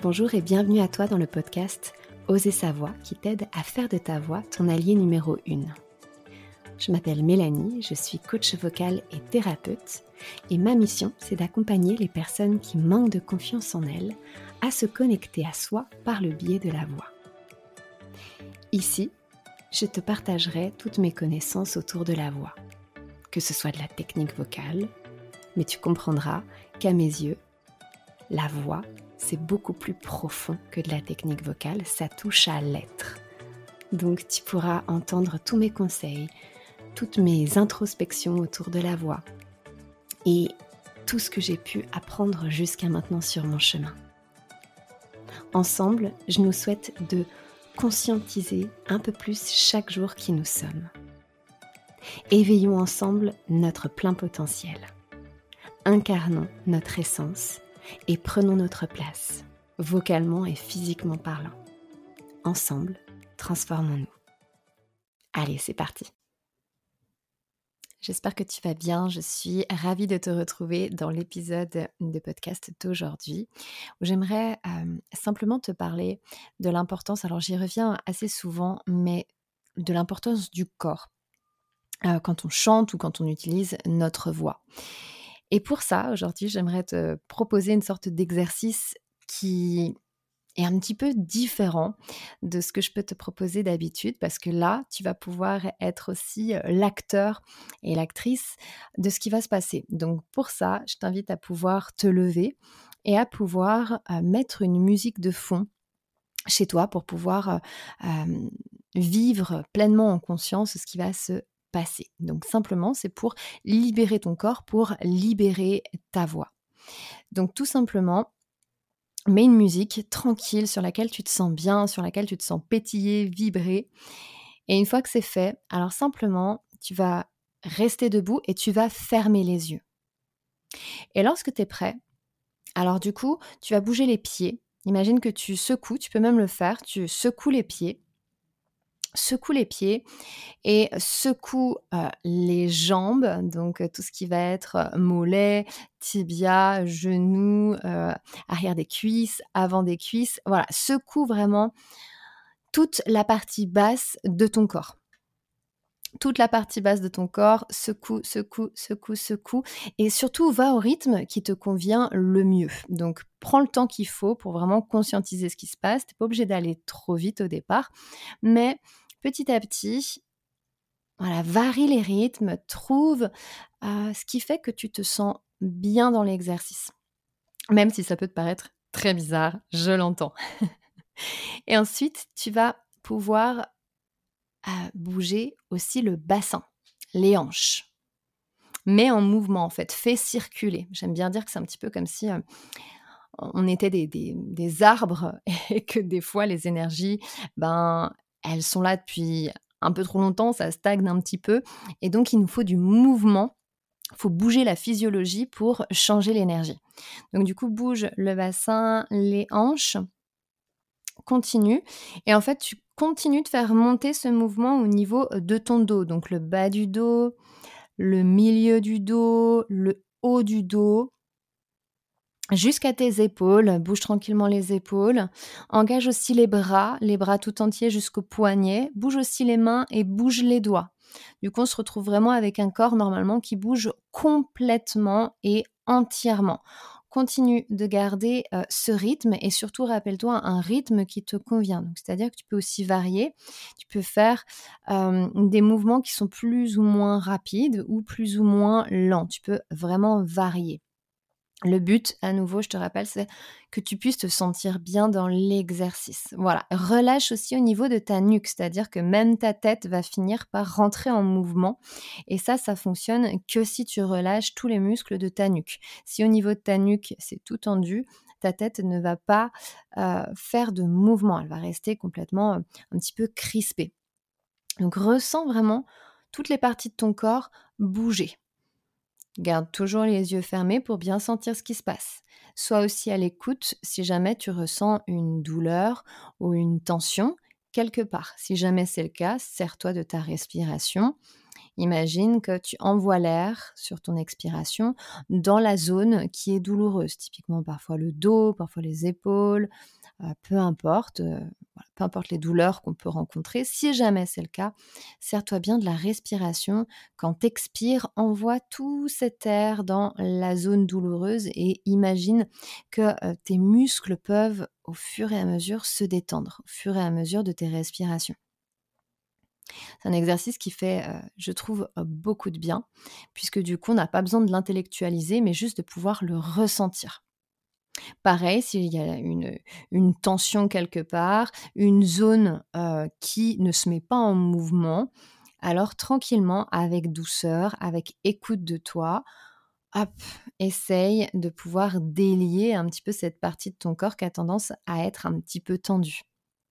Bonjour et bienvenue à toi dans le podcast Oser sa voix qui t'aide à faire de ta voix ton allié numéro 1. Je m'appelle Mélanie, je suis coach vocal et thérapeute et ma mission c'est d'accompagner les personnes qui manquent de confiance en elles à se connecter à soi par le biais de la voix. Ici, je te partagerai toutes mes connaissances autour de la voix, que ce soit de la technique vocale, mais tu comprendras qu'à mes yeux, la voix, c'est beaucoup plus profond que de la technique vocale, ça touche à l'être. Donc tu pourras entendre tous mes conseils, toutes mes introspections autour de la voix et tout ce que j'ai pu apprendre jusqu'à maintenant sur mon chemin. Ensemble, je nous souhaite de conscientiser un peu plus chaque jour qui nous sommes. Éveillons ensemble notre plein potentiel. Incarnons notre essence et prenons notre place, vocalement et physiquement parlant. Ensemble, transformons-nous. Allez, c'est parti. J'espère que tu vas bien. Je suis ravie de te retrouver dans l'épisode de podcast d'aujourd'hui où j'aimerais simplement te parler de l'importance, alors j'y reviens assez souvent, mais de l'importance du corps quand on chante ou quand on utilise notre voix. Et pour ça, aujourd'hui, j'aimerais te proposer une sorte d'exercice qui est un petit peu différent de ce que je peux te proposer d'habitude, parce que là, tu vas pouvoir être aussi l'acteur et l'actrice de ce qui va se passer. Donc pour ça, je t'invite à pouvoir te lever et à pouvoir mettre une musique de fond chez toi pour pouvoir vivre pleinement en conscience ce qui va se passer. Donc simplement, c'est pour libérer ton corps, pour libérer ta voix. Donc tout simplement, mets une musique tranquille sur laquelle tu te sens bien, sur laquelle tu te sens pétiller, vibrer. Et une fois que c'est fait, alors simplement, tu vas rester debout et tu vas fermer les yeux. Et lorsque tu es prêt, alors du coup, tu vas bouger les pieds. Imagine que tu secoues, tu peux même le faire, tu secoues les pieds. Secoue les pieds et secoue les jambes, donc tout ce qui va être mollet, tibia, genoux, arrière des cuisses, avant des cuisses. Voilà, secoue vraiment toute la partie basse de ton corps. Toute la partie basse de ton corps, secoue, secoue, secoue, secoue. Et surtout, va au rythme qui te convient le mieux. Donc, prends le temps qu'il faut pour vraiment conscientiser ce qui se passe. Tu n'es pas obligé d'aller trop vite au départ, mais petit à petit, voilà, varie les rythmes, trouve ce qui fait que tu te sens bien dans l'exercice. Même si ça peut te paraître très bizarre, je l'entends. Et ensuite, tu vas pouvoir bouger aussi le bassin, les hanches. Mets en mouvement en fait, fais circuler. J'aime bien dire que c'est un petit peu comme si on était des arbres et que des fois les énergies, elles sont là depuis un peu trop longtemps, ça stagne un petit peu et donc il nous faut du mouvement. Il faut bouger la physiologie pour changer l'énergie. Donc du coup, bouge le bassin, les hanches, continue. Et en fait, tu continues de faire monter ce mouvement au niveau de ton dos. Donc le bas du dos, le milieu du dos, le haut du dos, jusqu'à tes épaules. Bouge tranquillement les épaules. Engage aussi les bras tout entiers jusqu'au poignet. Bouge aussi les mains et bouge les doigts. Du coup, on se retrouve vraiment avec un corps normalement qui bouge complètement et entièrement. Continue de garder ce rythme et surtout rappelle-toi un rythme qui te convient. Donc, c'est-à-dire que tu peux aussi varier. Tu peux faire des mouvements qui sont plus ou moins rapides ou plus ou moins lents. Tu peux vraiment varier. Le but, à nouveau, je te rappelle, c'est que tu puisses te sentir bien dans l'exercice. Voilà, relâche aussi au niveau de ta nuque, c'est-à-dire que même ta tête va finir par rentrer en mouvement. Et ça fonctionne que si tu relâches tous les muscles de ta nuque. Si au niveau de ta nuque, c'est tout tendu, ta tête ne va pas faire de mouvement. Elle va rester complètement un petit peu crispée. Donc, ressens vraiment toutes les parties de ton corps bouger. Garde toujours les yeux fermés pour bien sentir ce qui se passe. Sois aussi à l'écoute si jamais tu ressens une douleur ou une tension quelque part. Si jamais c'est le cas, serre-toi de ta respiration Imagine que tu envoies l'air sur ton expiration dans la zone qui est douloureuse, typiquement parfois le dos, parfois les épaules, peu importe, voilà, peu importe les douleurs qu'on peut rencontrer. Si jamais c'est le cas, sers-toi bien de la respiration. Quand tu expires, envoie tout cet air dans la zone douloureuse et imagine que, tes muscles peuvent, au fur et à mesure, se détendre, au fur et à mesure de tes respirations. C'est un exercice qui fait, je trouve, beaucoup de bien puisque du coup, on n'a pas besoin de l'intellectualiser, mais juste de pouvoir le ressentir. Pareil, s'il y a une tension quelque part, une zone, qui ne se met pas en mouvement, alors tranquillement, avec douceur, avec écoute de toi, hop, essaye de pouvoir délier un petit peu cette partie de ton corps qui a tendance à être un petit peu tendue.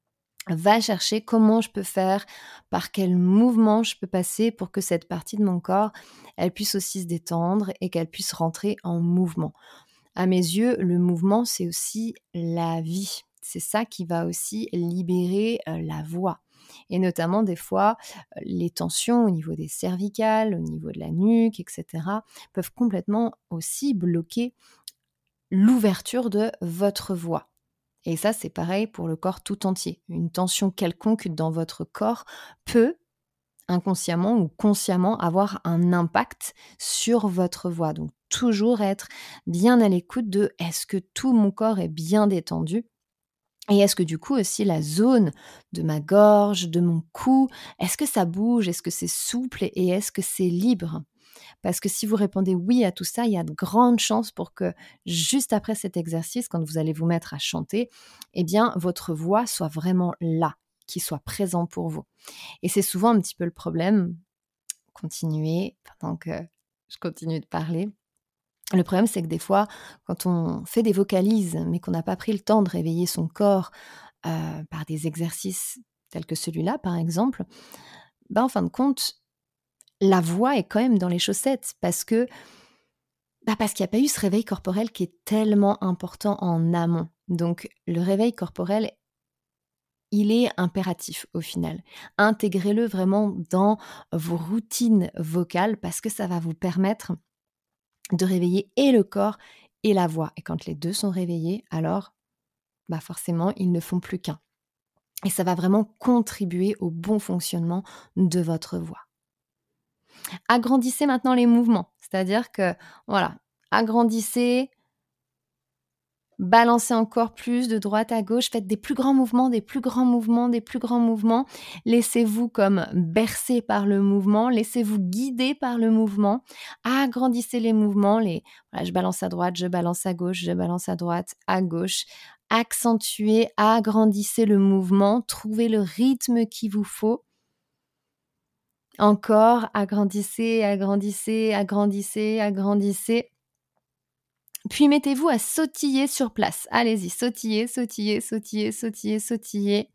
Va chercher comment je peux faire, par quel mouvement je peux passer pour que cette partie de mon corps, elle puisse aussi se détendre et qu'elle puisse rentrer en mouvement. À mes yeux, le mouvement, c'est aussi la vie. C'est ça qui va aussi libérer, la voix et notamment des fois, les tensions au niveau des cervicales, au niveau de la nuque et cetera, peuvent complètement aussi bloquer l'ouverture de votre voix et ça, c'est pareil pour le corps tout entier. Une tension quelconque dans votre corps peut, inconsciemment ou consciemment, avoir un impact sur votre voix. Donc toujours être bien à l'écoute de: «Est-ce que tout mon corps est bien détendu?» Et est-ce que du coup aussi la zone de ma gorge, de mon cou, est-ce que ça bouge? Est-ce que c'est souple et est-ce que c'est libre? Parce que si vous répondez oui à tout ça, il y a de grandes chances pour que juste après cet exercice, quand vous allez vous mettre à chanter, eh bien votre voix soit vraiment là, qu'il soit présent pour vous. Et c'est souvent un petit peu le problème, continuez pendant que je continue de parler. Le problème, c'est que des fois, quand on fait des vocalises, mais qu'on n'a pas pris le temps de réveiller son corps, par des exercices tels que celui-là, par exemple, ben, en fin de compte, la voix est quand même dans les chaussettes parce qu'il y a pas eu ce réveil corporel qui est tellement important en amont. Donc le réveil corporel, il est impératif au final. Intégrez-le vraiment dans vos routines vocales parce que ça va vous permettre de réveiller et le corps et la voix. Et quand les 2 sont réveillés, alors, bah, forcément, ils ne font plus qu'un. Et ça va vraiment contribuer au bon fonctionnement de votre voix. Agrandissez maintenant les mouvements, c'est-à-dire que, voilà, agrandissez, balancez encore plus de droite à gauche, faites des plus grands mouvements, des plus grands mouvements, des plus grands mouvements. Laissez-vous comme bercer par le mouvement, laissez-vous guider par le mouvement. Agrandissez les mouvements, voilà, je balance à droite, je balance à gauche, je balance à droite, à gauche. Accentuez, agrandissez le mouvement, trouvez le rythme qu'il vous faut. Encore, agrandissez, agrandissez, agrandissez, agrandissez. Puis mettez-vous à sautiller sur place. Allez-y, sautillez, sautillez, sautillez, sautillez, sautillez.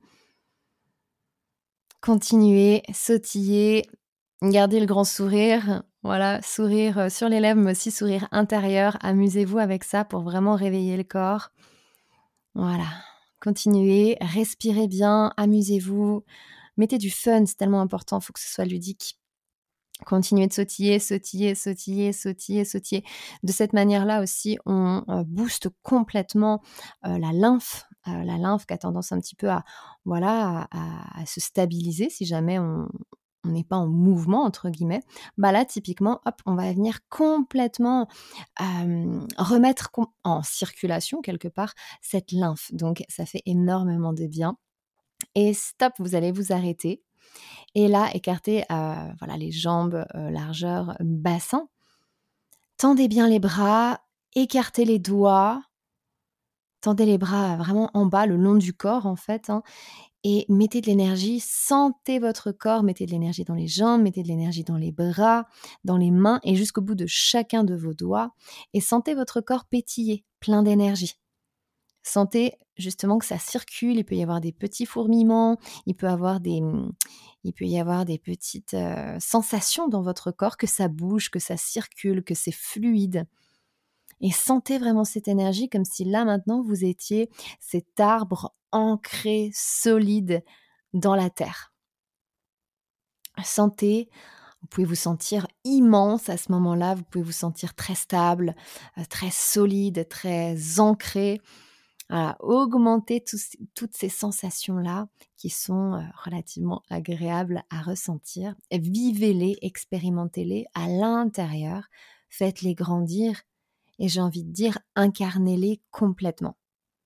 Continuez, sautillez. Gardez le grand sourire. Voilà, sourire sur les lèvres, mais aussi sourire intérieur. Amusez-vous avec ça pour vraiment réveiller le corps. Voilà. Continuez, respirez bien, amusez-vous. Mettez du fun, c'est tellement important, il faut que ce soit ludique. Continuez de sautiller, sautiller, sautiller, sautiller, sautiller. De cette manière-là aussi, on, booste complètement, la lymphe qui a tendance un petit peu à voilà, à se stabiliser si jamais on n'est pas «en mouvement» entre guillemets. Bah, là typiquement, hop, on va venir complètement, remettre en circulation quelque part cette lymphe. Donc ça fait énormément de bien et stop, vous allez vous arrêter et là, écartez, voilà, les jambes, largeur bassin. Tendez bien les bras, écartez les doigts, tendez les bras vraiment en bas, le long du corps en fait, hein, et mettez de l'énergie, sentez votre corps, mettez de l'énergie dans les jambes, mettez de l'énergie dans les bras, dans les mains et jusqu'au bout de chacun de vos doigts et sentez votre corps pétiller, plein d'énergie. Sentez justement que ça circule, il peut y avoir des petits fourmillements, il peut y avoir des petites, sensations dans votre corps, que ça bouge, que ça circule, que c'est fluide et sentez vraiment cette énergie comme si là maintenant vous étiez cet arbre ancré, solide dans la terre. Sentez Vous pouvez vous sentir immense à ce moment-là, vous pouvez vous sentir très stable, très solide, très ancré. Voilà, augmenter toutes ces sensations-là qui sont relativement agréables à ressentir. Vivez-les, expérimentez-les à l'intérieur, faites-les grandir et j'ai envie de dire incarnez-les complètement.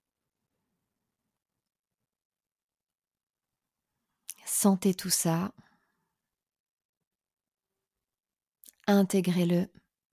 Sentez tout ça, intégrez-le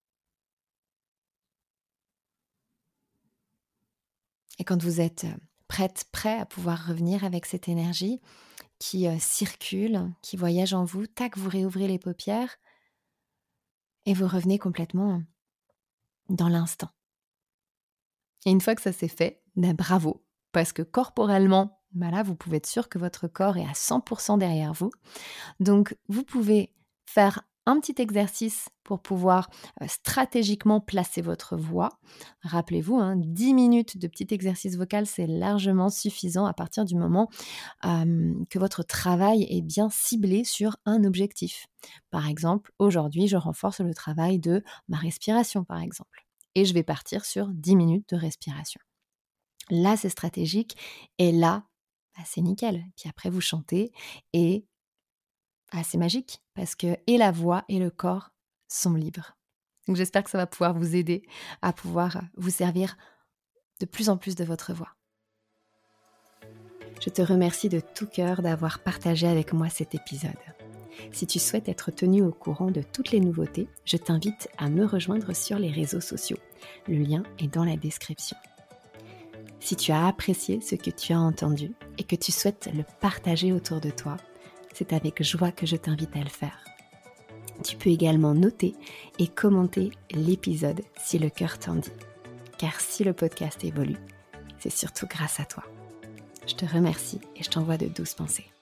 et quand vous êtes prêt à pouvoir revenir avec cette énergie qui circule, qui voyage en vous, tac, vous réouvrez les paupières et vous revenez complètement dans l'instant. Et une fois que ça s'est fait, bravo, parce que corporellement, là, vous pouvez être sûr que votre corps est à 100% derrière vous. Donc, vous pouvez faire un petit exercice pour pouvoir stratégiquement placer votre voix. Rappelez-vous, 10 minutes de petit exercice vocal, c'est largement suffisant à partir du moment que votre travail est bien ciblé sur un objectif. Par exemple, aujourd'hui, je renforce le travail de ma respiration, par exemple. Et je vais partir sur 10 minutes de respiration. Là, c'est stratégique et là, c'est nickel. Puis après, vous chantez et c'est magique parce que et la voix et le corps sont libres. Donc j'espère que ça va pouvoir vous aider à pouvoir vous servir de plus en plus de votre voix. Je te remercie de tout cœur d'avoir partagé avec moi cet épisode. Si tu souhaites être tenu au courant de toutes les nouveautés, je t'invite à me rejoindre sur les réseaux sociaux. Le lien est dans la description. Si tu as apprécié ce que tu as entendu et que tu souhaites le partager autour de toi, c'est avec joie que je t'invite à le faire. Tu peux également noter et commenter l'épisode si le cœur t'en dit. Car si le podcast évolue, c'est surtout grâce à toi. Je te remercie et je t'envoie de douces pensées.